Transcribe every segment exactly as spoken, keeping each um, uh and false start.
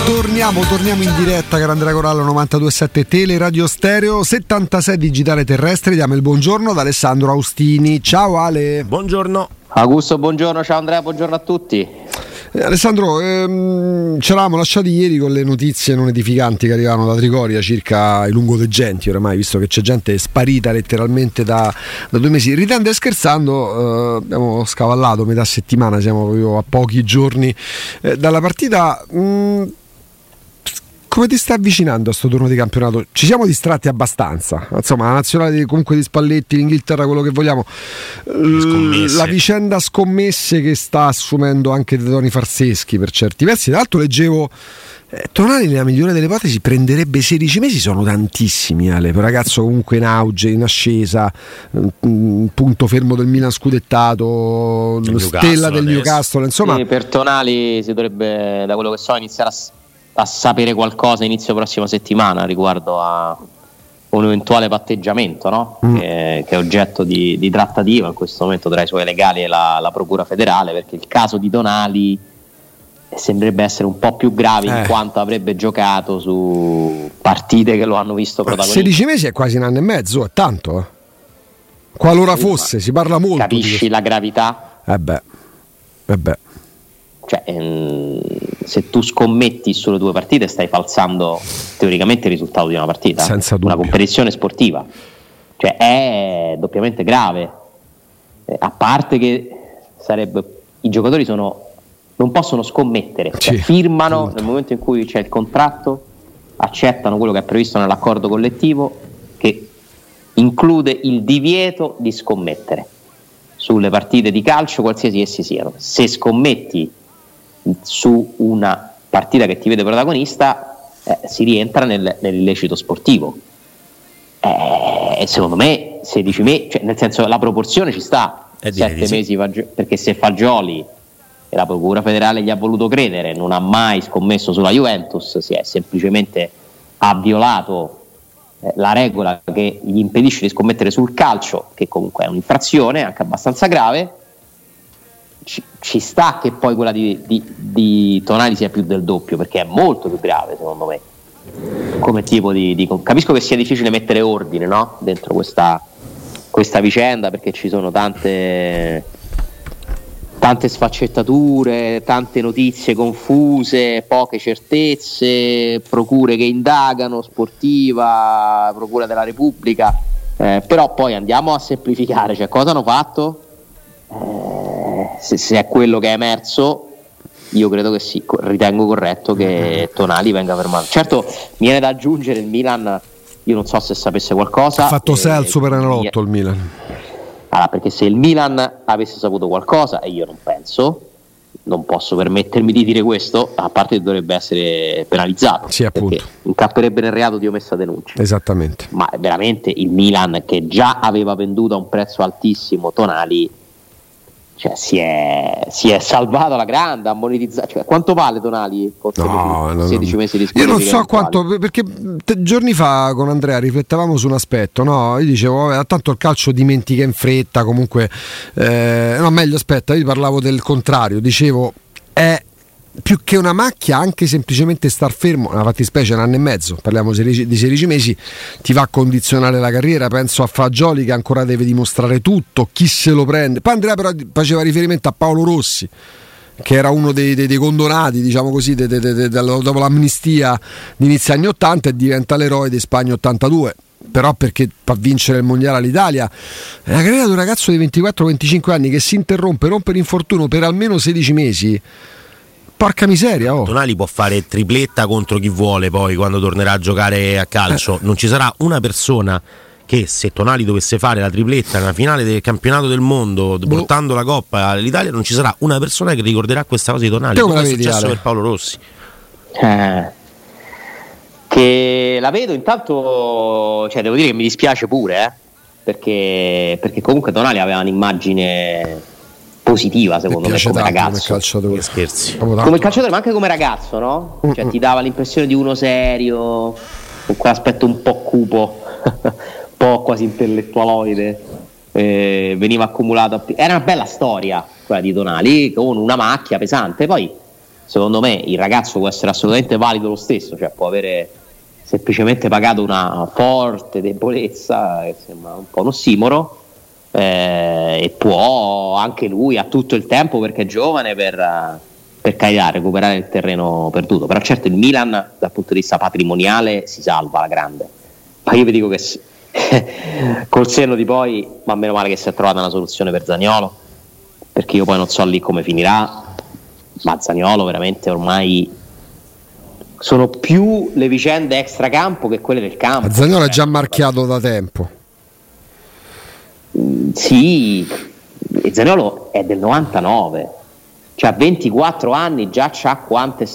Torniamo, torniamo in diretta, caro Andrea Corallo, novantadue virgola sette Tele Radio Stereo, settantasei Digitale Terrestre. Diamo il buongiorno ad Alessandro Austini. Ciao Ale. Buongiorno. Augusto, buongiorno. Ciao Andrea, buongiorno a tutti. Eh, Alessandro, ehm, ci eravamo lasciati ieri con le notizie non edificanti che arrivavano da Trigoria circa i lungoveggenti, oramai, visto che c'è gente sparita letteralmente da, da due mesi. Ridendo e scherzando, eh, abbiamo scavallato metà settimana, siamo proprio a pochi giorni eh, dalla partita. Mh, Come ti stai avvicinando a sto turno di campionato? Ci siamo distratti abbastanza, insomma, la nazionale comunque di Spalletti, l'Inghilterra, quello che vogliamo, la vicenda scommesse che sta assumendo anche Toni Farseschi per certi versi. Tra l'altro leggevo eh, Tonali nella migliore delle ipotesi prenderebbe sedici mesi, sono tantissimi, Ale, per un ragazzo comunque in auge, in ascesa, un punto fermo del Milan scudettato, stella del Newcastle, insomma. Sì, per Tonali si dovrebbe, da quello che so, iniziare a a sapere qualcosa inizio prossima settimana riguardo a un eventuale patteggiamento, no? mm. che, che è oggetto di, di trattativa in questo momento tra i suoi legali e la, la Procura federale, perché il caso di Tonali sembrerebbe essere un po' più grave eh. in quanto avrebbe giocato su partite che lo hanno visto protagonista. sedici mesi è quasi un anno e mezzo, è tanto, eh. Qualora fosse, si parla molto. Capisci la gravità? Eh beh, eh beh. Cioè, ehm, se tu scommetti sulle due partite stai falsando teoricamente il risultato di una partita, senza dubbio, una competizione sportiva, cioè è doppiamente grave, eh, a parte che sarebbe, i giocatori sono non possono scommettere, cioè, sì, firmano punto. Nel momento in cui c'è il contratto, accettano quello che è previsto nell'accordo collettivo, che include il divieto di scommettere sulle partite di calcio qualsiasi essi siano. Se scommetti su una partita che ti vede protagonista, eh, si rientra nel, nell'illecito sportivo, eh, e secondo me sedici mesi, cioè nel senso, la proporzione ci sta, sette sì. mesi, perché se Fagioli, e la Procura federale gli ha voluto credere, non ha mai scommesso sulla Juventus, si è semplicemente ha violato eh, la regola che gli impedisce di scommettere sul calcio, che comunque è un'infrazione anche abbastanza grave. Ci, ci sta che poi quella di, di, di Tonali sia più del doppio, perché è molto più grave secondo me come tipo di, di capisco che sia difficile mettere ordine, no? Dentro questa, questa vicenda, perché ci sono tante tante sfaccettature, tante notizie confuse, poche certezze, procure che indagano, sportiva, Procura della Repubblica, eh, però poi andiamo a semplificare, cioè cosa hanno fatto? Eh, se, se è quello che è emerso, io credo che sì, ritengo corretto che Tonali venga fermato. Certo, mi viene da aggiungere il Milan, io non so se sapesse qualcosa, ha fatto eh, sei al Superenalotto il Milan. Allora, perché se il Milan avesse saputo qualcosa, e io non penso, non posso permettermi di dire questo, a parte che dovrebbe essere penalizzato, sì, appunto, incapperebbe nel reato di omessa denuncia. Esattamente. Ma veramente il Milan, che già aveva venduto a un prezzo altissimo Tonali, cioè si è, si è salvato alla grande, ha monetizzato. Cioè, quanto vale Tonali? No, no, sedici no. mesi di Io non so quanto, perché t- giorni fa con Andrea riflettavamo su un aspetto, no? Io dicevo, vabbè, tanto il calcio dimentica in fretta, comunque eh, no, meglio, aspetta, io parlavo del contrario, dicevo è più che una macchia, anche semplicemente star fermo, una fattispecie un anno e mezzo, parliamo di sedici mesi, ti va a condizionare la carriera. Penso a Fagioli che ancora deve dimostrare tutto, chi se lo prende. Poi Andrea però faceva riferimento a Paolo Rossi, che era uno dei, dei, dei condonati, diciamo così, de, de, de, de, dopo l'amnistia di inizio anni ottanta, e diventa l'eroe di Spagna ottantadue. Però perché fa vincere il mondiale all'Italia. La carriera di un ragazzo di ventiquattro venticinque anni che si interrompe, rompe l'infortunio per almeno sedici mesi. Porca miseria, oh. Tonali può fare tripletta contro chi vuole poi quando tornerà a giocare a calcio. Non ci sarà una persona che, se Tonali dovesse fare la tripletta nella finale del campionato del mondo, boh, portando la Coppa all'Italia, non ci sarà una persona che ricorderà questa cosa di Tonali, come è successo Ale? Per Paolo Rossi. Eh, che la vedo intanto, cioè devo dire che mi dispiace pure, eh, perché, perché comunque Tonali aveva un'immagine positiva secondo me come ragazzo, come scherzi, come calciatore, ma anche come ragazzo, no? Cioè mm-hmm. ti dava l'impressione di uno serio, con quell'aspetto un po' cupo, un po' quasi intellettualoide, eh, veniva accumulato, era una bella storia quella di Tonali, con una macchia pesante. Poi secondo me il ragazzo può essere assolutamente valido lo stesso, cioè può avere semplicemente pagato una forte debolezza che sembra un po' un ossimoro, eh, e può anche lui, ha tutto il tempo perché è giovane per, per carità, recuperare il terreno perduto. Però certo il Milan dal punto di vista patrimoniale si salva alla grande, ma io vi dico che col senno di poi, ma meno male che si è trovata una soluzione per Zaniolo, perché io poi non so lì come finirà, ma Zaniolo veramente ormai sono più le vicende extracampo che quelle del campo. Zaniolo è già marchiato da tempo. Mm, sì, e Zaniolo è del novantanove, cioè a ventiquattro anni già c'ha quante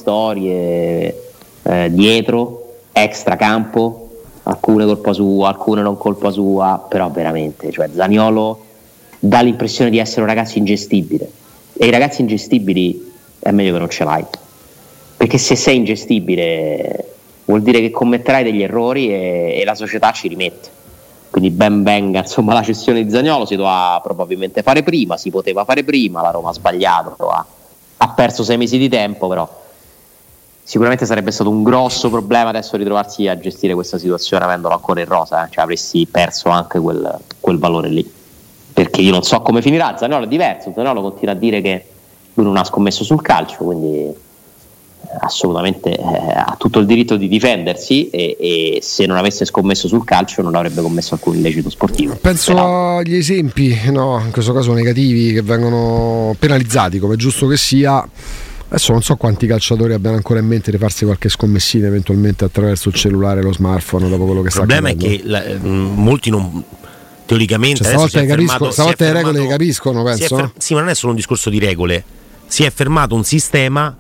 storie eh, dietro, extracampo, alcune colpa sua, alcune non colpa sua, però veramente, cioè Zaniolo dà l'impressione di essere un ragazzo ingestibile, e i ragazzi ingestibili è meglio che non ce l'hai, perché se sei ingestibile vuol dire che commetterai degli errori e, e la società ci rimette. Quindi ben venga insomma la cessione di Zaniolo, si doveva probabilmente fare prima, si poteva fare prima, la Roma ha sbagliato, ha, ha perso sei mesi di tempo, però sicuramente sarebbe stato un grosso problema adesso ritrovarsi a gestire questa situazione avendolo ancora in rosa, eh? Cioè avresti perso anche quel, quel valore lì, perché io non so come finirà. Zaniolo è diverso, Zaniolo continua a dire che lui non ha scommesso sul calcio, quindi assolutamente eh, ha tutto il diritto di difendersi, e, e se non avesse scommesso sul calcio non avrebbe commesso alcun illecito sportivo. Penso Però... agli esempi, no, in questo caso negativi, che vengono penalizzati come è giusto che sia. Adesso non so quanti calciatori abbiano ancora in mente di farsi qualche scommessina eventualmente attraverso il cellulare, lo smartphone, dopo quello che sta accadendo. Il problema è che la, molti non teoricamente, cioè, stavolta, capisco, stavolta le regole le capiscono, penso. Fer- sì, ma non è solo un discorso di regole, si è fermato un sistema.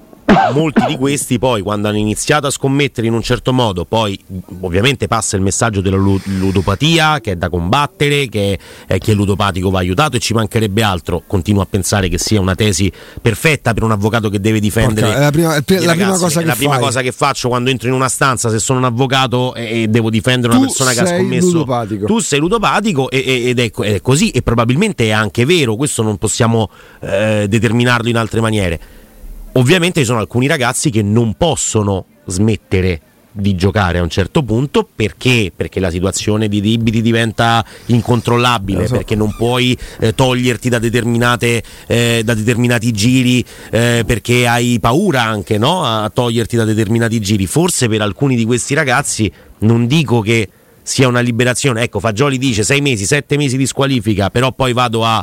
Molti di questi poi, quando hanno iniziato a scommettere in un certo modo, poi ovviamente passa il messaggio della ludopatia, che è da combattere, che è, chi è ludopatico va aiutato, e ci mancherebbe altro. Continuo a pensare che sia una tesi perfetta per un avvocato che deve difendere. Porca, è la prima, è la ragazzi, prima cosa è che la prima fai. cosa che faccio quando entro in una stanza, se sono un avvocato e, e devo difendere una tu persona che ha scommesso. Ludopatico. Tu sei ludopatico, e, e, ed, è, ed è così, e probabilmente è anche vero. Questo non possiamo eh, determinarlo in altre maniere. Ovviamente ci sono alcuni ragazzi che non possono smettere di giocare a un certo punto, perché perché la situazione di debiti diventa incontrollabile, so. perché non puoi eh, toglierti da determinate eh, da determinati giri, eh, perché hai paura anche, no, a toglierti da determinati giri. Forse per alcuni di questi ragazzi, non dico che sia una liberazione, ecco, Fagioli dice sei mesi, sette mesi di squalifica, però poi vado a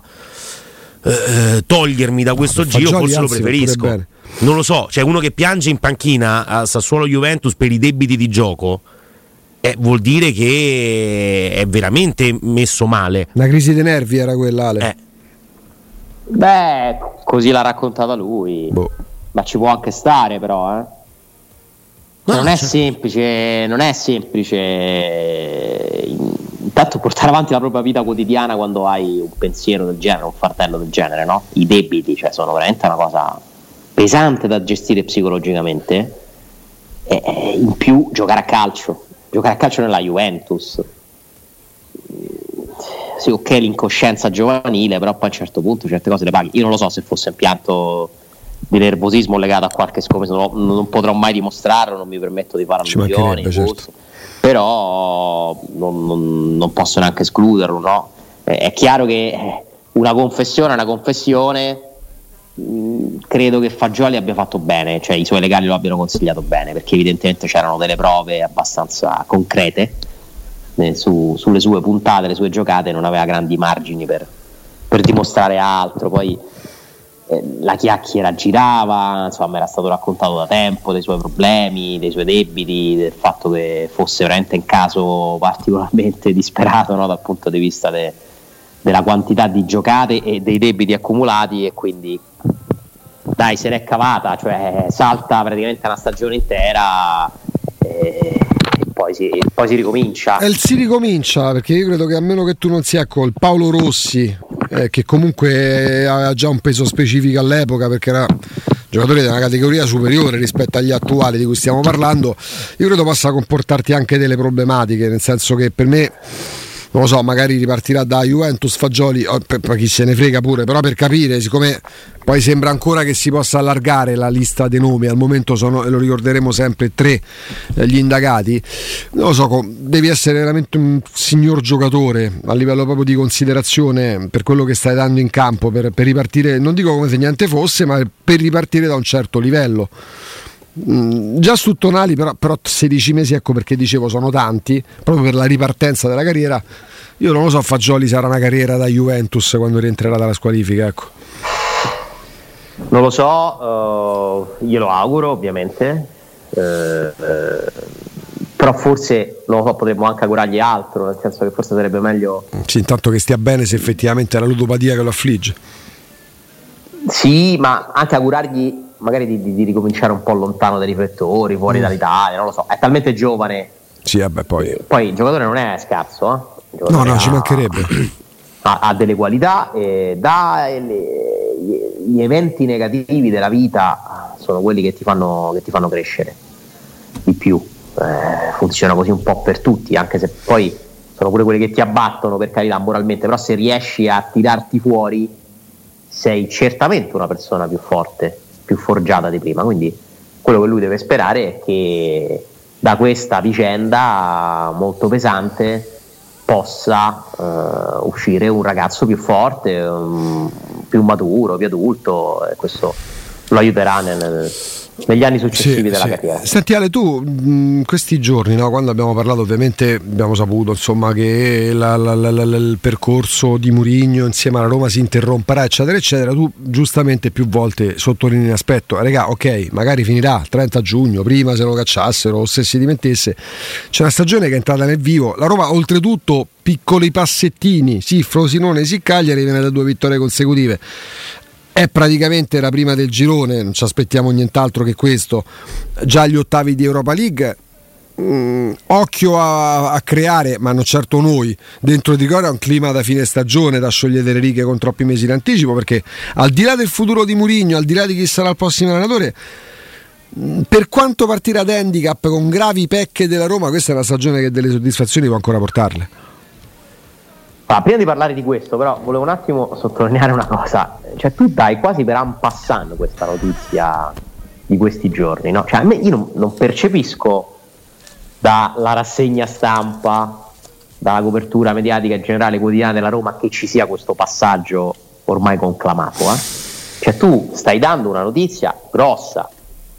eh, togliermi da questo no, giro, Fagioli, forse lo preferisco. Non lo so, c'è uno che piange in panchina a Sassuolo Juventus per i debiti di gioco, eh, vuol dire che è veramente messo male. Una crisi dei nervi era quella, Ale. Eh. Beh, così l'ha raccontata lui. Boh. Ma ci può anche stare, però, eh. No, non è cioè... semplice, non è semplice intanto portare avanti la propria vita quotidiana quando hai un pensiero del genere, un fardello del genere, no? I debiti, cioè, sono veramente una cosa pesante da gestire psicologicamente, e in più giocare a calcio giocare a calcio nella Juventus, sì, ok, l'incoscienza giovanile, però poi a un certo punto certe cose le paghi. Io non lo so se fosse un pianto di nervosismo legato a qualche scommessa, non, non potrò mai dimostrarlo, non mi permetto di fare allusioni, certo. Però non, non, non posso neanche escluderlo, no? È chiaro che una confessione è una confessione. Credo che Fagioli abbia fatto bene, cioè i suoi legali lo abbiano consigliato bene, perché evidentemente c'erano delle prove abbastanza concrete eh, su, sulle sue puntate, le sue giocate, non aveva grandi margini per, per dimostrare altro. Poi eh, la chiacchiera girava, insomma, era stato raccontato da tempo dei suoi problemi, dei suoi debiti, del fatto che fosse veramente un caso particolarmente disperato, no, dal punto di vista de, della quantità di giocate e dei debiti accumulati, e quindi dai, se n'è cavata, cioè salta praticamente una stagione intera e poi si, poi si ricomincia. E si ricomincia, perché io credo che, a meno che tu non sia col Paolo Rossi, eh, che comunque aveva già un peso specifico all'epoca perché era giocatore di una categoria superiore rispetto agli attuali di cui stiamo parlando, io credo possa comportarti anche delle problematiche, nel senso che per me non lo so, magari ripartirà da Juventus, Fagioli, oh, per, per chi se ne frega pure, però per capire, siccome poi sembra ancora che si possa allargare la lista dei nomi, al momento sono, e lo ricorderemo sempre, tre eh, gli indagati, non lo so, devi essere veramente un signor giocatore a livello proprio di considerazione per quello che stai dando in campo, per, per ripartire, non dico come se niente fosse, ma per ripartire da un certo livello. Mm, già su Tonali però, però sedici mesi, ecco perché dicevo sono tanti proprio per la ripartenza della carriera. Io non lo so, Fagioli sarà una carriera da Juventus quando rientrerà dalla squalifica, ecco. Non lo so, uh, io lo auguro ovviamente, uh, uh, però forse non lo so, potremmo anche augurargli altro, nel senso che forse sarebbe meglio, sì, intanto che stia bene, se effettivamente è la ludopatia che lo affligge. Sì, ma anche augurargli magari di, di, di ricominciare un po' lontano dai riflettori, fuori mm. dall'Italia, non lo so, è talmente giovane. Sì, vabbè, poi. Poi il giocatore non è scarso, eh? No, no, ha, ci mancherebbe. Ha, ha delle qualità, e dà le, gli eventi negativi della vita sono quelli che ti fanno, che ti fanno crescere di più. Eh, funziona così un po' per tutti, anche se poi sono pure quelli che ti abbattono, per carità, moralmente, però se riesci a tirarti fuori sei certamente una persona più forte, più forgiata di prima. Quindi quello che lui deve sperare è che da questa vicenda molto pesante possa uh, uscire un ragazzo più forte, um, più maturo, più adulto, e questo lo aiuterà nel, negli anni successivi sì, della sì. carriera. Senti Ale, tu in questi giorni, no, quando abbiamo parlato, ovviamente abbiamo saputo insomma che la, la, la, la, il percorso di Mourinho insieme alla Roma si interromperà, eccetera eccetera. Tu giustamente più volte sottolinei l'aspetto, regà, ok, magari finirà trenta giugno, prima se lo cacciassero o se si dimettesse, c'è una stagione che è entrata nel vivo, la Roma oltretutto piccoli passettini, sì, Frosinone, sì, Cagliari, viene da due vittorie consecutive, è praticamente la prima del girone, non ci aspettiamo nient'altro che questo, già agli ottavi di Europa League. Mm, occhio a, a creare, ma non certo noi, dentro di Corea un clima da fine stagione, da sciogliere le righe con troppi mesi d'anticipo, perché al di là del futuro di Mourinho, al di là di chi sarà il prossimo allenatore, mm, per quanto partirà ad handicap con gravi pecche della Roma, questa è una stagione che delle soddisfazioni può ancora portarle. Ah, prima di parlare di questo, però, volevo un attimo sottolineare una cosa. Cioè, tu dai quasi per en passant questa notizia di questi giorni, no? Cioè, a me, io non, non percepisco dalla rassegna stampa, dalla copertura mediatica in generale quotidiana della Roma, che ci sia questo passaggio ormai conclamato, eh? Cioè, tu stai dando una notizia grossa.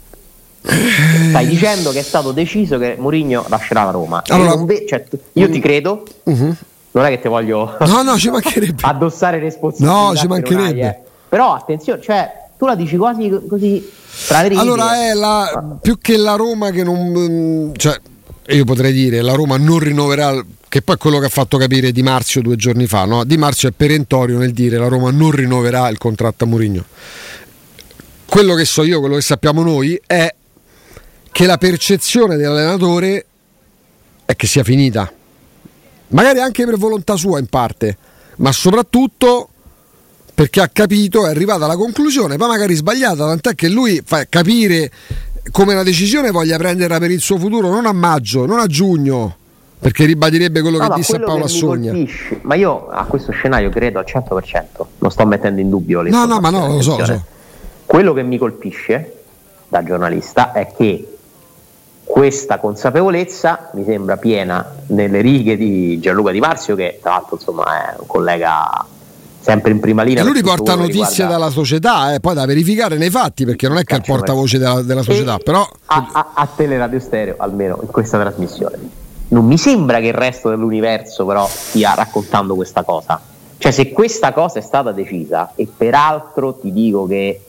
Stai dicendo che è stato deciso che Mourinho lascerà la Roma. Allora, ve- cioè, io ti credo. Uh-huh. Non è che ti voglio no, no, ci mancherebbe. addossare responsabilità. No, ci mancherebbe. Hai, eh. Però attenzione, cioè, tu la dici quasi così tra le righe. Allora è la, più che la Roma che non, cioè, io potrei dire la Roma non rinnoverà, che poi è quello che ha fatto capire Di Marzio due giorni fa, no? Di Marzio è perentorio nel dire la Roma non rinnoverà il contratto a Mourinho. Quello che so io, quello che sappiamo noi è che la percezione dell'allenatore è che sia finita. Magari anche per volontà sua in parte, ma soprattutto perché ha capito, è arrivata alla conclusione, poi magari sbagliata, tant'è che lui fa capire come la decisione voglia prenderla per il suo futuro non a maggio, non a giugno, perché ribadirebbe quello no, che disse a Paolo Assogna. Ma io a questo scenario credo al cento per cento, non sto mettendo in dubbio le no no ma no lo so, lo so. Quello che mi colpisce da giornalista è che questa consapevolezza mi sembra piena nelle righe di Gianluca Di Marzio, che tra l'altro insomma è un collega sempre in prima linea. E lui riporta notizie riguarda... dalla società, eh, poi da verificare nei fatti, perché non è che è il portavoce della, della società, e però a, a, a Teleradio Stereo, almeno in questa trasmissione, non mi sembra che il resto dell'universo però stia raccontando questa cosa. Cioè, se questa cosa è stata decisa, e peraltro ti dico che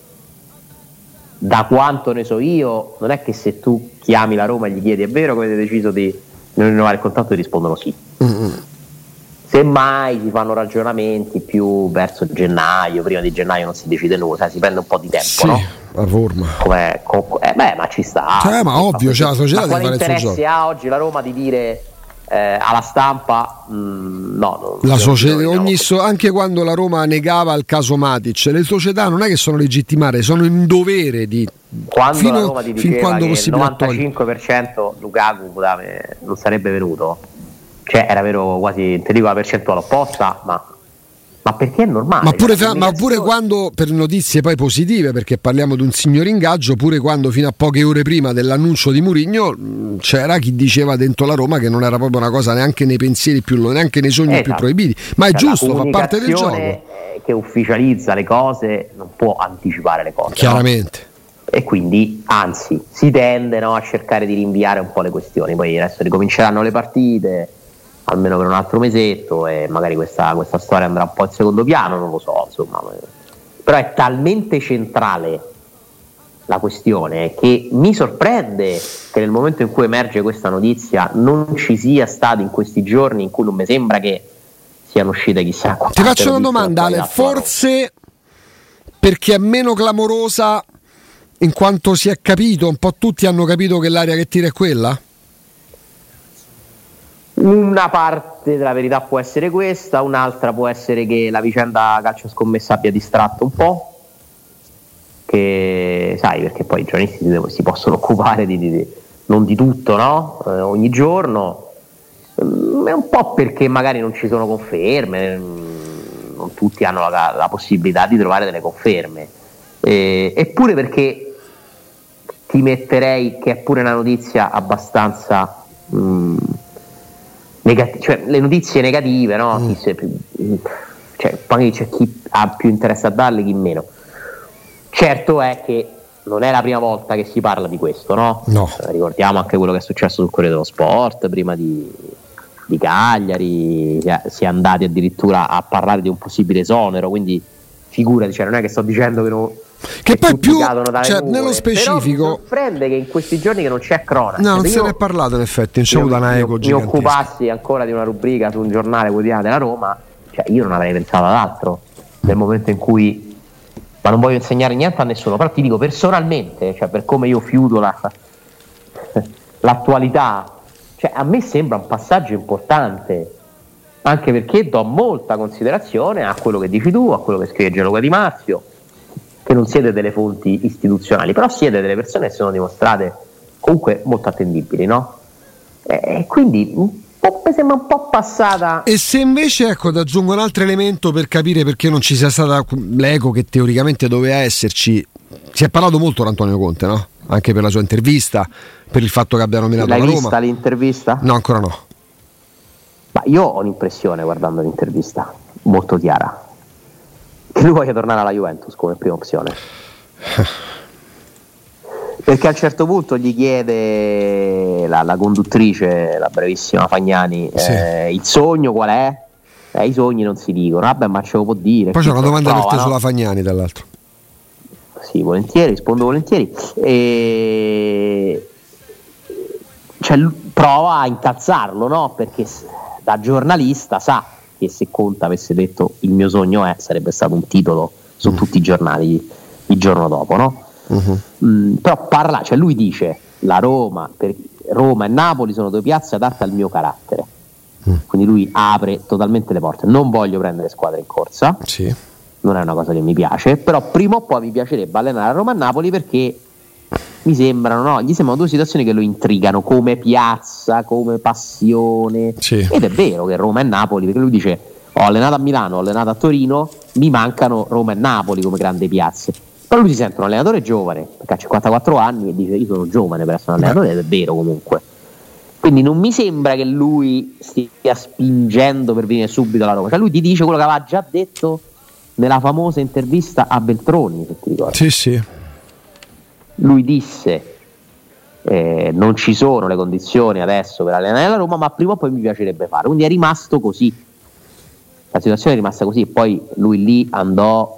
da quanto ne so io, non è che se tu chiami la Roma e gli chiedi è vero che avete deciso di non rinnovare il contratto, ti rispondono sì. Mm-hmm. Semmai si fanno ragionamenti più verso gennaio, prima di gennaio non si decide nulla, sai, si prende un po' di tempo, sì, no? La forma. Come, com, eh, beh, ma ci sta. Cioè, ma ovvio, cioè, la società deve fare il suo gioco. Quale interesse ha oggi la Roma di dire eh, alla stampa mh, no, la società, ogni so, anche quando la Roma negava il caso Matic, le società non è che sono legittimate, sono in dovere di quando fino, la Roma ti diceva quando che il novantacinque per cento Lukaku non sarebbe venuto, cioè era vero quasi, ti dico la percentuale opposta, ma ma perché è normale. Ma pure, cioè, ma pure quando, per notizie poi positive, perché parliamo di un signor ingaggio, pure quando fino a poche ore prima dell'annuncio di Mourinho c'era chi diceva dentro la Roma che non era proprio una cosa neanche nei pensieri più, neanche nei sogni esatto. più proibiti, ma è cioè, giusto, fa parte del gioco. Che ufficializza le cose non può anticipare le cose, chiaramente, no? E quindi anzi si tende, no, a cercare di rinviare un po' le questioni. Poi adesso ricominceranno le partite almeno per un altro mesetto e magari questa, questa storia andrà un po' in secondo piano, non lo so, insomma. Però è talmente centrale la questione che mi sorprende che nel momento in cui emerge questa notizia non ci sia stato in questi giorni in cui non mi sembra che siano uscite chissà quante. Ti faccio una domanda, Ale, forse perché è meno clamorosa in quanto si è capito, un po' tutti hanno capito che l'aria che tira è quella? Una parte della verità può essere questa, un'altra può essere che la vicenda calcio scommessa abbia distratto un po', che sai, perché poi i giornalisti si, si possono occupare di, di, non di tutto, no? Eh, ogni giorno, mm, è un po' perché magari non ci sono conferme, mm, non tutti hanno la, la possibilità di trovare delle conferme, eh, eppure perché ti metterei che è pure una notizia abbastanza... Mm, Negati- cioè le notizie negative, no? Mm. Chi se, cioè, poi c'è chi ha più interesse a darle, chi meno. Certo è che non è la prima volta che si parla di questo, no? No. Eh, ricordiamo anche quello che è successo sul Corriere dello Sport prima di, di Cagliari, si è andati addirittura a parlare di un possibile esonero, quindi figurati, cioè, non è che sto dicendo che non... Che poi più, cioè, nello specifico, però mi sorprende che in questi giorni che non c'è cronaca. No, non se ne è parlato in effetti, non c'è avuto una eco gigantesca. Mi occupassi ancora di una rubrica su un giornale quotidiano della Roma, cioè io non avrei pensato ad altro nel momento in cui, ma non voglio insegnare niente a nessuno, però ti dico personalmente, cioè per come io fiuto la, l'attualità, cioè a me sembra un passaggio importante, anche perché do molta considerazione a quello che dici tu, a quello che scrive Gianluca Di Marzio, che non siete delle fonti istituzionali, però siete delle persone che sono dimostrate comunque molto attendibili, no? E quindi un po', mi sembra un po' passata. E se invece, ecco, ti aggiungo un altro elemento per capire perché non ci sia stata l'eco che teoricamente doveva esserci. Si è parlato molto di Antonio Conte, no? Anche per la sua intervista, per il fatto che abbia nominato L'hai la Roma. L'hai vista l'intervista? No, ancora no. Ma io ho l'impressione, guardando l'intervista, molto chiara, che lui voglia tornare alla Juventus come prima opzione. Perché a un certo punto gli chiede la, la conduttrice, la bravissima Fagnani, sì. eh, il sogno qual è? Eh, I sogni non si dicono, vabbè, ma ce lo può dire. Poi c'è una domanda prova, per te no? sulla Fagnani, dall'altro. Sì, volentieri, rispondo volentieri. E... cioè, prova a incazzarlo, no? Perché da giornalista sa che se Conte avesse detto il mio sogno è, sarebbe stato un titolo su mm. tutti i giornali il giorno dopo, no? Uh-huh. Mm, però parla, cioè lui dice la Roma, per, Roma e Napoli sono due piazze adatte al mio carattere, mm. quindi lui apre totalmente le porte. Non voglio prendere squadre in corsa, sì. non è una cosa che mi piace, però prima o poi mi piacerebbe allenare a Roma e Napoli perché mi sembrano, no? Gli sembrano due situazioni che lo intrigano come piazza, come passione, sì. Ed è vero che Roma e Napoli, perché lui dice ho allenato a Milano, ho allenato a Torino, mi mancano Roma e Napoli come grandi piazze. Però lui si sente un allenatore giovane, perché ha cinquantaquattro anni e dice io sono giovane per essere un allenatore, ed è vero comunque. Quindi non mi sembra che lui stia spingendo per venire subito alla Roma. Cioè lui ti dice quello che aveva già detto nella famosa intervista a Beltroni, se ti ricordi. Sì, sì. Lui disse eh, non ci sono le condizioni adesso per allenare la Roma, ma prima o poi mi piacerebbe fare. Quindi è rimasto così. La situazione è rimasta così. Poi lui lì andò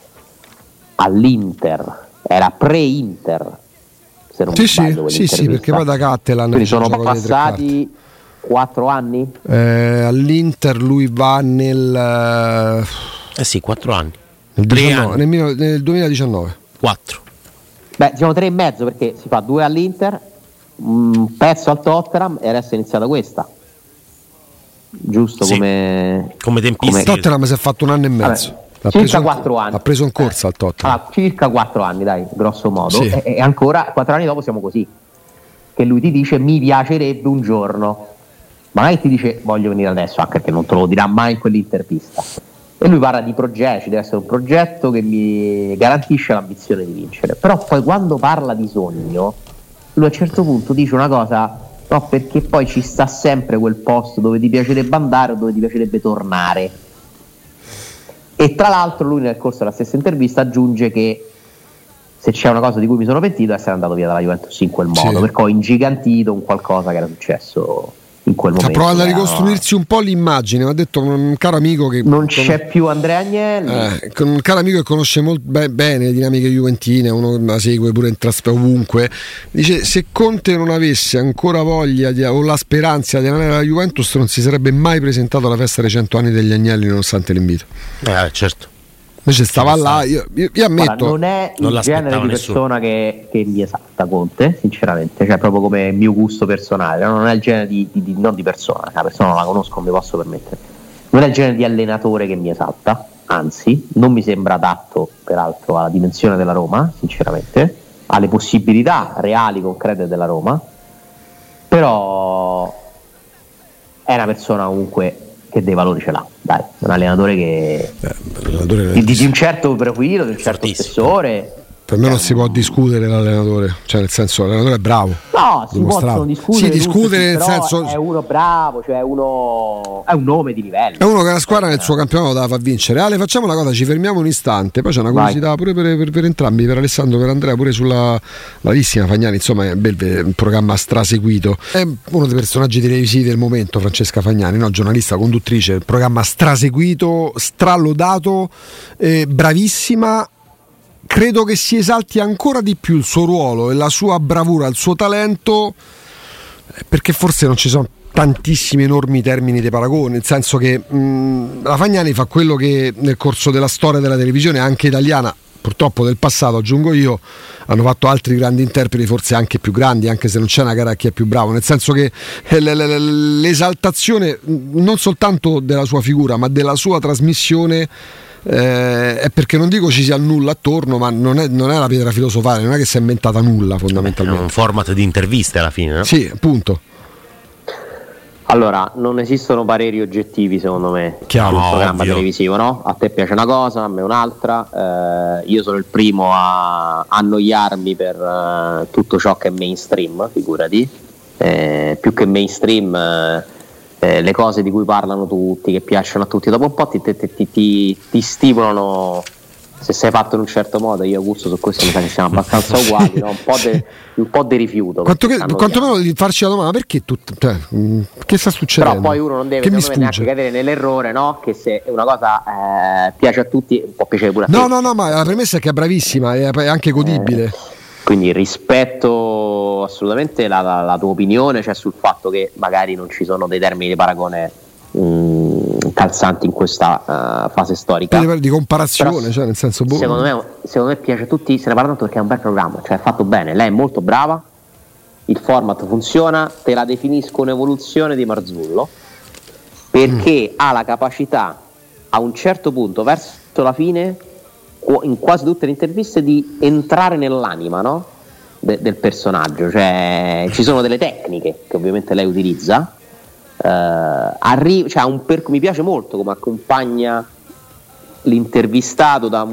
all'Inter, era pre-Inter, se non sì, mi sbaglio, sì, sì, perché poi da Cattelan quindi sono passati quattro anni. Eh, all'Inter lui va nel eh sì, quattro anni. Nel, diciannove, nel, nel duemiladiciannove. Quattro. Beh, diciamo tre e mezzo perché si fa due all'Inter, un pezzo al Tottenham e adesso è iniziata questa. Giusto, sì, come come tempistica. Il Tottenham si è fatto un anno e mezzo. Vabbè. L'ha circa quattro anni. Ha preso in corsa al Tottenham. Allora, circa quattro anni, dai, grosso modo. Sì. E, e ancora quattro anni dopo siamo così. Che lui ti dice mi piacerebbe un giorno. magari ti dice voglio venire adesso, anche perché non te lo dirà mai in quell'intervista, e lui parla di progetti, ci deve essere un progetto che mi garantisce l'ambizione di vincere, però poi quando parla di sogno lui a un certo punto dice una cosa, no, perché poi ci sta sempre quel posto dove ti piacerebbe andare o dove ti piacerebbe tornare. E tra l'altro lui nel corso della stessa intervista aggiunge che se c'è una cosa di cui mi sono pentito è essere andato via dalla Juventus in quel modo, sì, perché ho ingigantito un qualcosa che era successo in quel momento. Ha provato a ricostruirsi un po' l'immagine, mi ha detto un caro amico che non c'è con... più Andrea Agnelli, eh, con un caro amico che conosce molto be- bene le dinamiche juventine, uno che la segue pure in trasfer- ovunque, dice se Conte non avesse ancora voglia di, o la speranza di andare alla Juventus non si sarebbe mai presentato alla festa dei cento anni degli Agnelli nonostante l'invito. Eh certo. Invece stava là, io, io, io ammetto. Guarda, non è non il genere di persona che, che mi esalta Conte, sinceramente, cioè proprio come mio gusto personale, non è il genere di, di, di non di persona, la persona non la conosco, non mi posso permettere, non è il genere di allenatore che mi esalta, anzi, non mi sembra adatto peraltro alla dimensione della Roma, sinceramente, alle possibilità reali, concrete della Roma, però è una persona comunque che dei valori ce l'ha, dai, un allenatore che eh, allenatore di, di un certo profilo, di un certo spessore. Per me non si può discutere l'allenatore, cioè nel senso l'allenatore è bravo. No, si possono discutere. Sì, discutere nel senso è uno bravo, cioè uno è un nome di livello. È uno che la squadra nel suo campionato la fa vincere. Ale, facciamo una cosa, ci fermiamo un istante, poi c'è una curiosità Vai. pure per, per, per entrambi, per Alessandro, per Andrea, pure sulla bravissima Fagnani, insomma è un bel un programma straseguito. È uno dei personaggi televisivi del momento, Francesca Fagnani, no? Giornalista, conduttrice, programma straseguito, stralodato, eh, bravissima. Credo che si esalti ancora di più il suo ruolo e la sua bravura, il suo talento, perché forse non ci sono tantissimi enormi termini di paragone, nel senso che mh, la Fagnani fa quello che nel corso della storia della televisione anche italiana, purtroppo del passato aggiungo io, hanno fatto altri grandi interpreti, forse anche più grandi, anche se non c'è una gara a chi è più bravo, nel senso che l'esaltazione non soltanto della sua figura ma della sua trasmissione Eh, è perché non dico ci sia nulla attorno, ma non è, non è la pietra filosofale, non è che si è inventata nulla fondamentalmente. È un format di interviste alla fine, no? Sì, appunto. Allora, non esistono pareri oggettivi secondo me Chiaro, sul programma ovvio. televisivo, no? A te piace una cosa, a me un'altra, eh, io sono il primo a annoiarmi per uh, tutto ciò che è mainstream, figurati, eh, più che mainstream... Eh, Eh, le cose di cui parlano tutti, che piacciono a tutti, dopo un po' ti, ti, ti, ti, ti stimolano. Se sei fatto in un certo modo, io e Augusto su questo mi sa che siamo abbastanza uguali, no? un po' de, un po' di rifiuto. Quanto che, quantomeno di farci la domanda perché tutto, cioè, che sta succedendo? Però poi uno non deve me, neanche cadere nell'errore, no? Che se una cosa eh, piace a tutti, può piacere pure a te. No, no, no, ma la premessa è che è bravissima, è anche godibile. Eh, quindi rispetto assolutamente la, la, la tua opinione, cioè sul fatto che magari non ci sono dei termini di paragone mh, calzanti in questa uh, fase storica di, di comparazione. Però, cioè nel senso boh. secondo, me, secondo me piace a tutti, se ne parla tanto perché è un bel programma, cioè è fatto bene, lei è molto brava, il format funziona, te la definisco un'evoluzione di Marzullo perché mm. ha la capacità a un certo punto verso la fine, in quasi tutte le interviste, di entrare nell'anima, no? De- del personaggio, cioè ci sono delle tecniche che ovviamente lei utilizza, uh, arri- cioè, un per- mi piace molto come accompagna l'intervistato da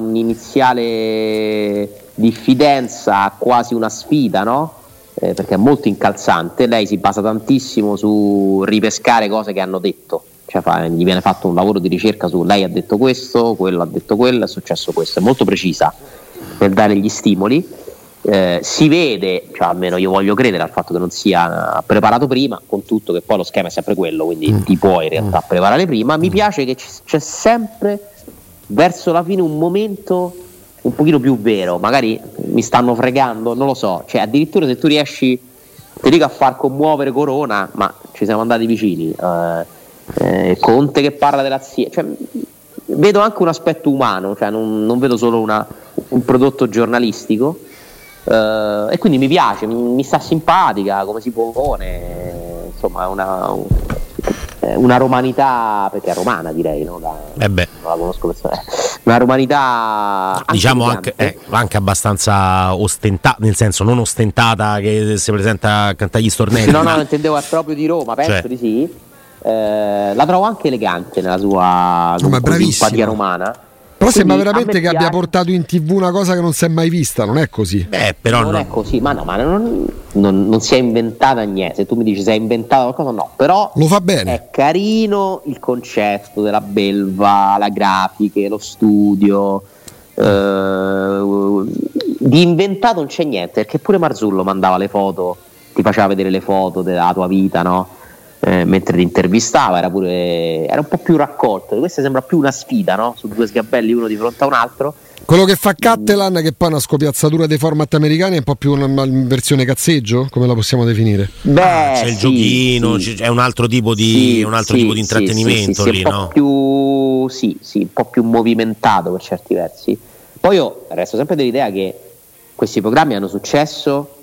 un'iniziale diffidenza a quasi una sfida, no? Eh, perché è molto incalzante, lei si basa tantissimo su ripescare cose che hanno detto. Cioè fa, gli viene fatto un lavoro di ricerca su lei ha detto questo, quello ha detto quello, è successo questo, è molto precisa nel dare gli stimoli, eh, si vede, cioè almeno io voglio credere al fatto che non sia preparato prima, con tutto che poi lo schema è sempre quello, quindi mm. ti puoi in realtà mm. preparare prima. Mi piace che c- c'è sempre verso la fine un momento un pochino più vero, magari mi stanno fregando, non lo so, cioè addirittura se tu riesci, ti dico, a far commuovere Corona, ma ci siamo andati vicini, eh, Eh, Conte che parla della zia, cioè, vedo anche un aspetto umano, cioè non, non vedo solo una, un prodotto giornalistico, eh, e quindi mi piace, mi, mi sta simpatica come si pone, insomma una, un, una romanità, perché è romana direi, no? Da, eh beh. non la conosco personalmente, una romanità anche diciamo anche, eh, anche abbastanza ostentata, nel senso non ostentata che si presenta a cantare gli stornelli, no no, intendevo proprio di Roma, penso cioè. di sì. eh, la trovo anche elegante nella sua no, simpatia romana. Però sembra veramente che abbia portato in tivù una cosa che non si è mai vista, non è così? Beh, però non no. è così, ma no, ma non, non, non si è inventata niente. Se tu mi dici si è inventata qualcosa, no, però lo fa bene. È carino il concetto della belva, la grafiche, lo studio. Eh, di inventato non c'è niente, perché pure Marzullo mandava le foto, ti faceva vedere le foto della tua vita, no? Eh, mentre ti intervistava, era pure era un po' più raccolto. Questa sembra più una sfida, no? Su due sgabelli uno di fronte a un altro. Quello che fa Cattelan, che poi è una scopiazzatura dei format americani, è un po' più una, una versione cazzeggio, come la possiamo definire? Beh, ah, c'è il sì, giochino, sì. È un altro tipo di sì, un altro sì, tipo di intrattenimento sì, sì, lì, sì, un no? po' più sì, sì, un po' più movimentato per certi versi. Poi io resto sempre dell'idea che questi programmi hanno successo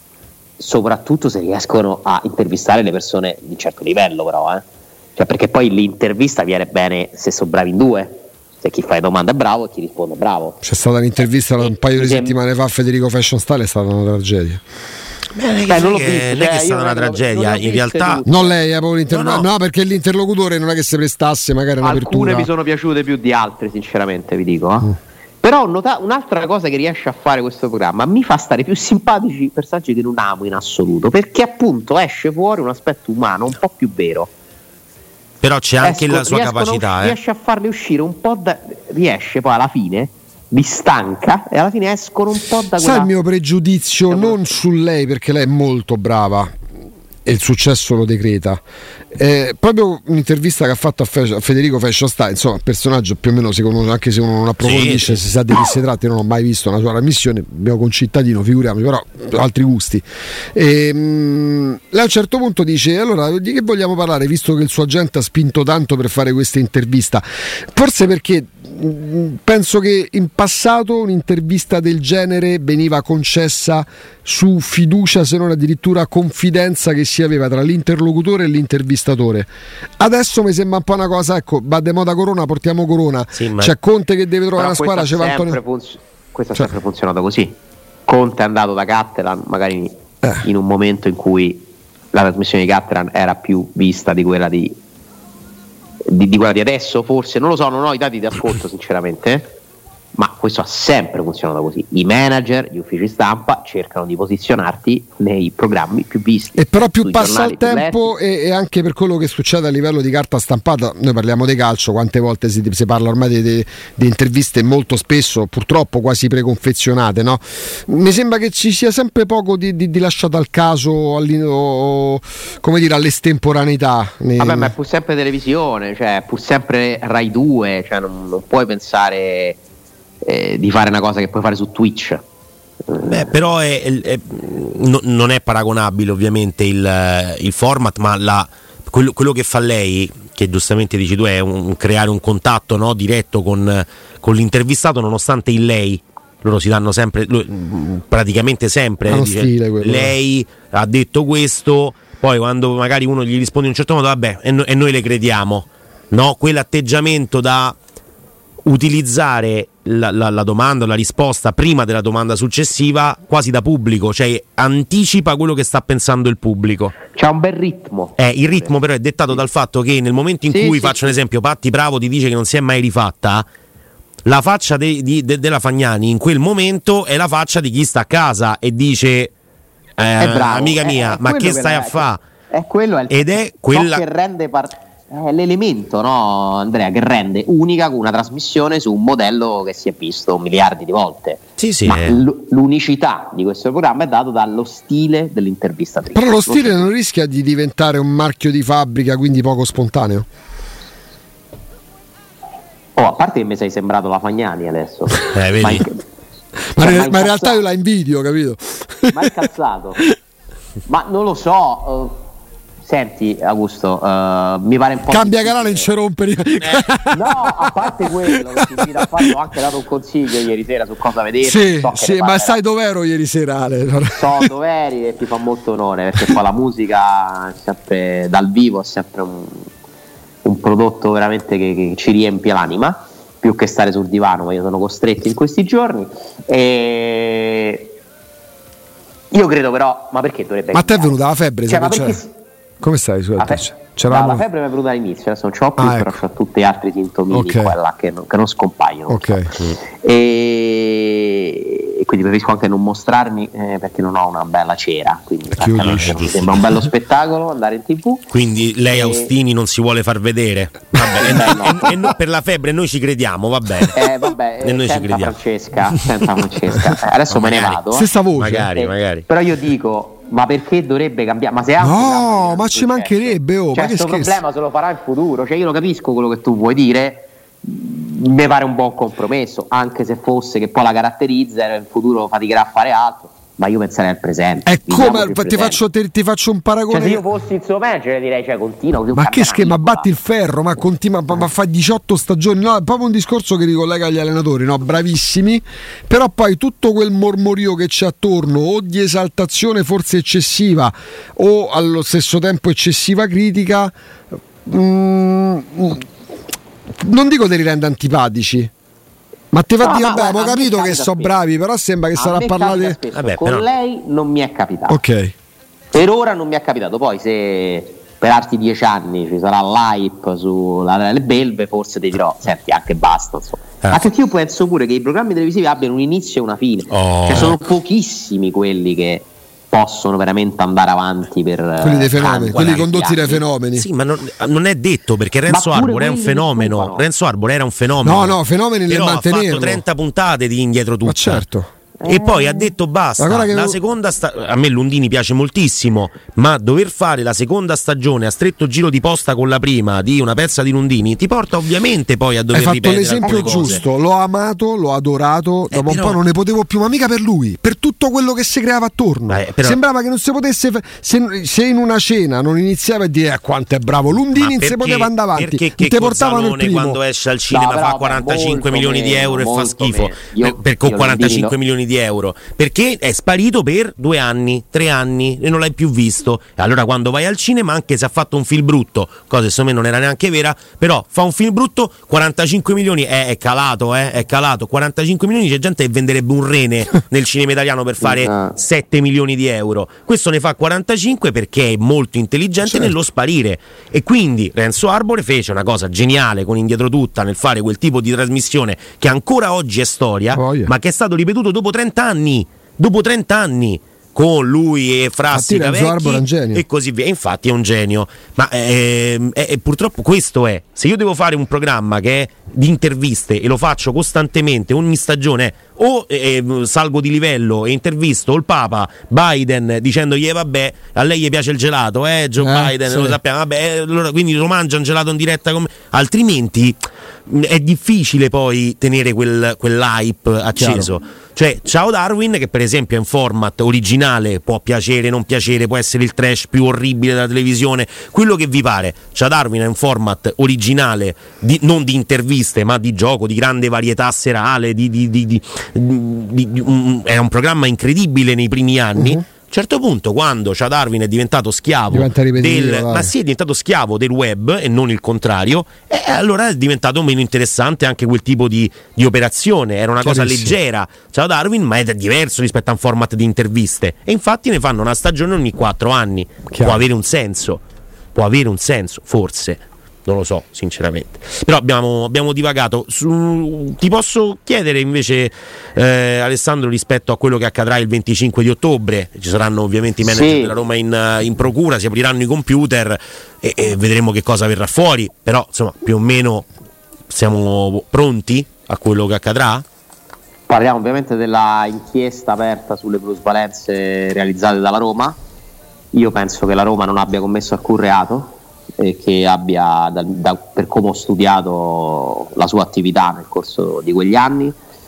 soprattutto se riescono a intervistare le persone di un certo livello, però, eh? Cioè, perché poi l'intervista viene bene se sono bravi in due, se chi fa le domande è bravo e chi risponde è bravo. C'è stata un'intervista un paio di settimane fa a Federico Fashion Style, è stata una tragedia. Beh, Beh, non, non, che, non è che è stata una tragedia, in realtà tutte. Non lei, è proprio l'interlocutore. No, no. no, perché l'interlocutore non è che si prestasse magari un'apertura. Alcune mi sono piaciute più di altre, sinceramente, vi dico, eh. Mm. Però nota- un'altra cosa che riesce a fare questo programma mi fa stare più simpatici personaggi che non amo in assoluto, perché appunto esce fuori un aspetto umano un po' più vero. Però c'è anche Esco, la sua capacità, usci- eh. riesce a farli uscire un po' da, riesce poi alla fine li stanca e alla fine escono un po' da quella... Sai il mio pregiudizio da non su lei, perché lei è molto brava e il successo lo decreta. Eh, proprio un'intervista che ha fatto a, Fe- a Federico Fashion Style, insomma, personaggio più o meno si conosce, anche se uno non approfondisce, sì, si sa di chi si tratta. Io non ho mai visto una sua trasmissione, mio concittadino, figuriamoci, però altri gusti. E, mh, lei a un certo punto dice: allora di che vogliamo parlare, visto che il suo agente ha spinto tanto per fare questa intervista? Forse perché penso che in passato un'intervista del genere veniva concessa su fiducia, se non addirittura confidenza che si aveva tra l'interlocutore e l'intervistatore. Adesso mi sembra un po' una cosa, ecco, va de moda Corona, portiamo Corona, sì, ma... c'è Conte che deve trovare una squadra, c'è Antonio... funz... questo ha cioè... sempre funzionato così. Conte è andato da Cattelan magari eh. in un momento in cui la trasmissione di Cattelan era più vista di quella di Di, di quella di adesso, forse, non lo so, non ho i dati di ascolto sinceramente, eh? Ma questo ha sempre funzionato così. I manager, gli uffici stampa cercano di posizionarti nei programmi più visti. E però più passa il tempo e, e anche per quello che succede a livello di carta stampata, noi parliamo di calcio, quante volte si, si parla ormai di, di, di interviste molto spesso, purtroppo quasi preconfezionate, no? Mi sembra che ci sia sempre poco di, di, di lasciato al caso, o, come dire, all'estemporaneità. Vabbè, ma è pur sempre televisione, cioè pur sempre Rai due, cioè non, non puoi pensare Eh, di fare una cosa che puoi fare su Twitch. Beh, però è, è, è, no, non è paragonabile ovviamente il, il format, ma la, quello, quello che fa lei, che giustamente dici tu, è un, creare un contatto, no, diretto con, con l'intervistato, nonostante il lei. Loro si danno sempre, praticamente sempre, eh, dice, stile, lei ha detto questo, poi quando magari uno gli risponde in un certo modo, vabbè, e, no, e noi le crediamo, no? Quell'atteggiamento da utilizzare la, la, la domanda o la risposta prima della domanda successiva, quasi da pubblico, cioè anticipa quello che sta pensando il pubblico. C'ha un bel ritmo. Eh, il ritmo però è dettato sì. dal fatto che nel momento in sì, cui, sì, faccio sì. un esempio, Patti Bravo ti dice che non si è mai rifatta, la faccia de, di, de, della Fagnani in quel momento è la faccia di chi sta a casa e dice eh, amica mia, è, è ma che stai a fare? È quello, è il ed è quella che rende part- è l'elemento, no, Andrea, che rende unica una trasmissione su un modello che si è visto miliardi di volte. Sì, sì. Ma l- l'unicità di questo programma è dato dallo stile dell'intervistatrice. Però lo stile non rischia di diventare un marchio di fabbrica, quindi poco spontaneo? Oh, a parte che mi sei sembrato la Fagnani adesso. Eh, vedi. Ma in, ma in, ma in realtà io la invidio, capito? Ma è incazzato. Ma non lo so. Uh, Senti Augusto, uh, mi pare un po' cambia canale, non ci rompe. Eh. No, a parte quello che ti invito a fare, ho anche dato un consiglio ieri sera su cosa vedere. Sì, so sì, ma sai dov'ero ieri sera, Ale? So dov'eri e ti fa molto onore, perché poi la musica è sempre dal vivo, è sempre un, un prodotto veramente che, che ci riempie l'anima, più che stare sul divano, ma io sono costretto in questi giorni. E io credo però, ma perché dovrebbe ma a te è venuta la febbre? Cioè, ma perché... perché... Come stai? Su, fe- C'eravamo... La febbre mi è venuta all'inizio, adesso non ce l'ho più, ah, però ecco. ho tutti gli altri sintomi okay. quella che, non, che non scompaiono. Okay. E... e quindi preferisco anche non mostrarmi eh, perché non ho una bella cera, quindi allora, mi sembra un bello spettacolo andare in tv. Quindi lei Austini e... non si vuole far vedere. Vabbè, eh, no. e, e no, per la febbre noi ci crediamo, va bene. Eh, vabbè, e noi ci crediamo. Francesca, senta Francesca. Eh, adesso me ne vado. Stessa voce. Magari, eh, magari. Però io dico, ma perché dovrebbe cambiare? Ma se ha no, ma ci mancherebbe, oh, cioè, ma che questo scherzo. problema se lo farà in futuro. Cioè, io lo capisco quello che tu vuoi dire. Mi pare un buon compromesso, anche se fosse che poi la caratterizza e in futuro faticherà a fare altro. Ma io penserei al presente. È come ti faccio, ti, ti faccio un paragone. Cioè, se io fossi il suo manager direi, cioè, continua. Ma che schema, batti il ferro, ma continua, ma, ma fa diciotto stagioni. No, è proprio un discorso che ricollega agli allenatori, no? Bravissimi. Però poi tutto quel mormorio che c'è attorno, o di esaltazione forse eccessiva, o allo stesso tempo eccessiva critica. Mm, non dico te li rende antipatici, ma ti fa no, dire, vabbè, abbiamo capito che sono bravi, però sembra che sarà parlare. Vabbè, con però... lei non mi è capitato. Ok. Per ora non mi è capitato. Poi se per altri dieci anni ci sarà l'hype sulle belve, forse ti dirò, senti, anche basta. Insomma. Eh. Anche io penso pure che i programmi televisivi abbiano un inizio e una fine. Oh. Cioè, sono pochissimi quelli che possono veramente andare avanti per quelli dei fenomeni, quelli condotti anni. dai fenomeni. Sì, ma non, non è detto, perché Renzo Arbore è un fenomeno. Renzo Arbore era un fenomeno. No, no, fenomeni però nel mantenerlo. Ha fatto trenta puntate di indietro tutta. Ma certo. E poi ha detto basta. La che... seconda sta... a me Lundini piace moltissimo, ma dover fare la seconda stagione a stretto giro di posta con la prima di una pezza di Lundini ti porta ovviamente poi a dover Hai fatto ripetere l'esempio giusto, l'ho amato, l'ho adorato, eh, dopo però... un po' non ne potevo più, ma mica per lui, per tutto quello che si creava attorno. Eh, però... sembrava che non si potesse se, se in una cena non iniziava a dire eh, quanto è bravo Lundini, non si poteva andare avanti, perché non te portavano il primo. Quando esce al cinema no, fa quarantacinque milioni meno, di euro e fa schifo io, per, con quarantacinque milioni di euro, perché è sparito per due anni, tre anni e non l'hai più visto. E allora quando vai al cinema, anche se ha fatto un film brutto, cosa secondo me non era neanche vera, però fa un film brutto, quarantacinque milioni eh, è calato, eh, è calato. quarantacinque milioni c'è gente che venderebbe un rene nel cinema italiano per fare sette milioni di euro. Questo ne fa quarantacinque perché è molto intelligente certo. nello sparire. E quindi Renzo Arbore fece una cosa geniale con Indietro Tutta nel fare quel tipo di trasmissione che ancora oggi è storia, oh, yeah. ma che è stato ripetuto dopo trenta anni. Dopo trenta anni con lui e Frassi da vecchi e così via. Infatti è un genio, ma eh, eh, purtroppo questo è. Se io devo fare un programma che è di interviste e lo faccio costantemente ogni stagione, o eh, salgo di livello e intervisto il Papa, Biden, dicendogli eh, vabbè a lei gli piace il gelato, eh Joe eh, Biden, sì. lo sappiamo, vabbè allora, quindi lo mangia un gelato in diretta con me. Altrimenti è difficile poi tenere quel, quell'hype acceso. Chiaro. Cioè, Ciao Darwin, che per esempio è un format originale, può piacere, non piacere, può essere il trash più orribile della televisione, quello che vi pare. Ciao Darwin è un format originale, di, non di interviste, ma di gioco, di grande varietà serale, di, di, di, di, di, di, um, è un programma incredibile nei primi anni. Uh-huh. A un certo punto, quando Ciao Darwin è diventato schiavo del, ma sì, è diventato schiavo del web e non il contrario, e allora è diventato meno interessante anche quel tipo di, di operazione. Era una cosa leggera Ciao Darwin, ma è diverso rispetto a un format di interviste. E infatti ne fanno una stagione ogni quattro anni. Chiaro. Può avere un senso, può avere un senso, forse. Non lo so, sinceramente. Però abbiamo, abbiamo divagato. Su, ti posso chiedere invece, eh, Alessandro, rispetto a quello che accadrà il venticinque di ottobre? Ci saranno ovviamente i manager sì. della Roma in, in procura, si apriranno i computer e, e vedremo che cosa verrà fuori. Però, insomma, più o meno siamo pronti a quello che accadrà? Parliamo ovviamente della inchiesta aperta sulle plusvalenze realizzate dalla Roma. Io penso che la Roma non abbia commesso alcun reato e che abbia, da, da, per come ho studiato la sua attività nel corso di quegli anni,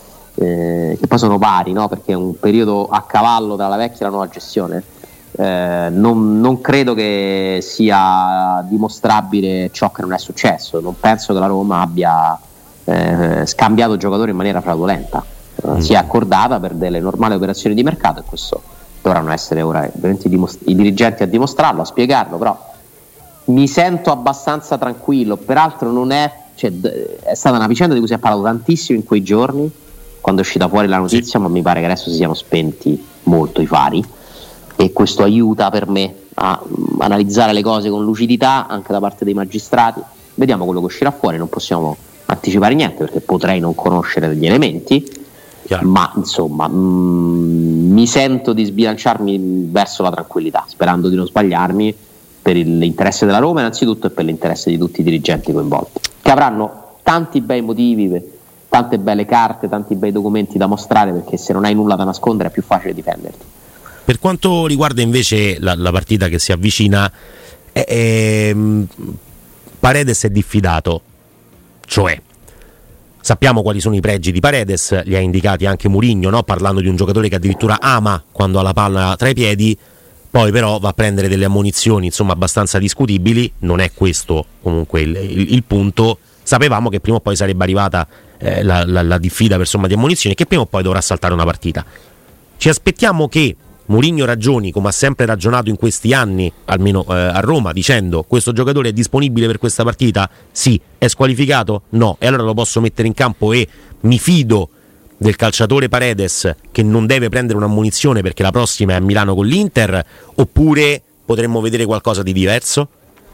eh, che poi sono vari, no? Perché è un periodo a cavallo tra la vecchia e la nuova gestione, eh, non, non credo che sia dimostrabile ciò che non è successo. Non penso che la Roma abbia eh, scambiato giocatori in maniera fraudolenta, mm. si è accordata per delle normali operazioni di mercato, e questo dovranno essere ora ovviamente i dirigenti a dimostrarlo, a spiegarlo. Però mi sento abbastanza tranquillo. Peraltro non è, cioè, è stata una vicenda di cui si è parlato tantissimo in quei giorni quando è uscita fuori la notizia, sì. ma mi pare che adesso si siano spenti molto i fari, e questo aiuta per me a um, analizzare le cose con lucidità anche da parte dei magistrati. Vediamo quello che uscirà fuori, non possiamo anticipare niente perché potrei non conoscere degli elementi, chiaro. Ma insomma mh, mi sento di sbilanciarmi verso la tranquillità, sperando di non sbagliarmi, per l'interesse della Roma innanzitutto e per l'interesse di tutti i dirigenti coinvolti, che avranno tanti bei motivi, tante belle carte, tanti bei documenti da mostrare, perché se non hai nulla da nascondere è più facile difenderti. Per quanto riguarda invece la, la partita che si avvicina, eh, eh, Paredes è diffidato, cioè sappiamo quali sono i pregi di Paredes, li ha indicati anche Mourinho, no? Parlando di un giocatore che addirittura ama quando ha la palla tra i piedi, poi però va a prendere delle ammonizioni insomma abbastanza discutibili. Non è questo comunque il, il, il punto. Sapevamo che prima o poi sarebbe arrivata eh, la, la, la diffida per somma di ammonizioni, che prima o poi dovrà saltare una partita. Ci aspettiamo che Mourinho ragioni, come ha sempre ragionato in questi anni, almeno eh, a Roma, dicendo: questo giocatore è disponibile per questa partita? Sì. È squalificato? No. E allora lo posso mettere in campo e mi fido del calciatore Paredes, che non deve prendere un'ammonizione perché la prossima è a Milano con l'Inter? Oppure potremmo vedere qualcosa di diverso?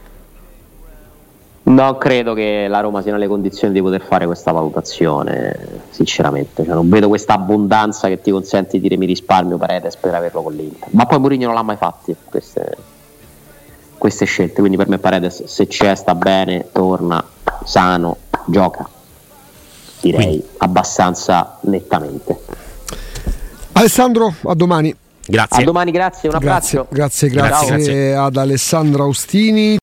Non credo che la Roma sia nelle condizioni di poter fare questa valutazione, sinceramente. Cioè, non vedo questa abbondanza che ti consente di dire mi risparmio Paredes per averlo con l'Inter. Ma poi Mourinho non l'ha mai fatti queste, queste scelte, quindi per me Paredes, se c'è, sta bene, torna sano, gioca, direi quindi abbastanza nettamente. Alessandro, a domani. Grazie. A domani, grazie, un abbraccio. Grazie, grazie, grazie, grazie ad Alessandro Austini.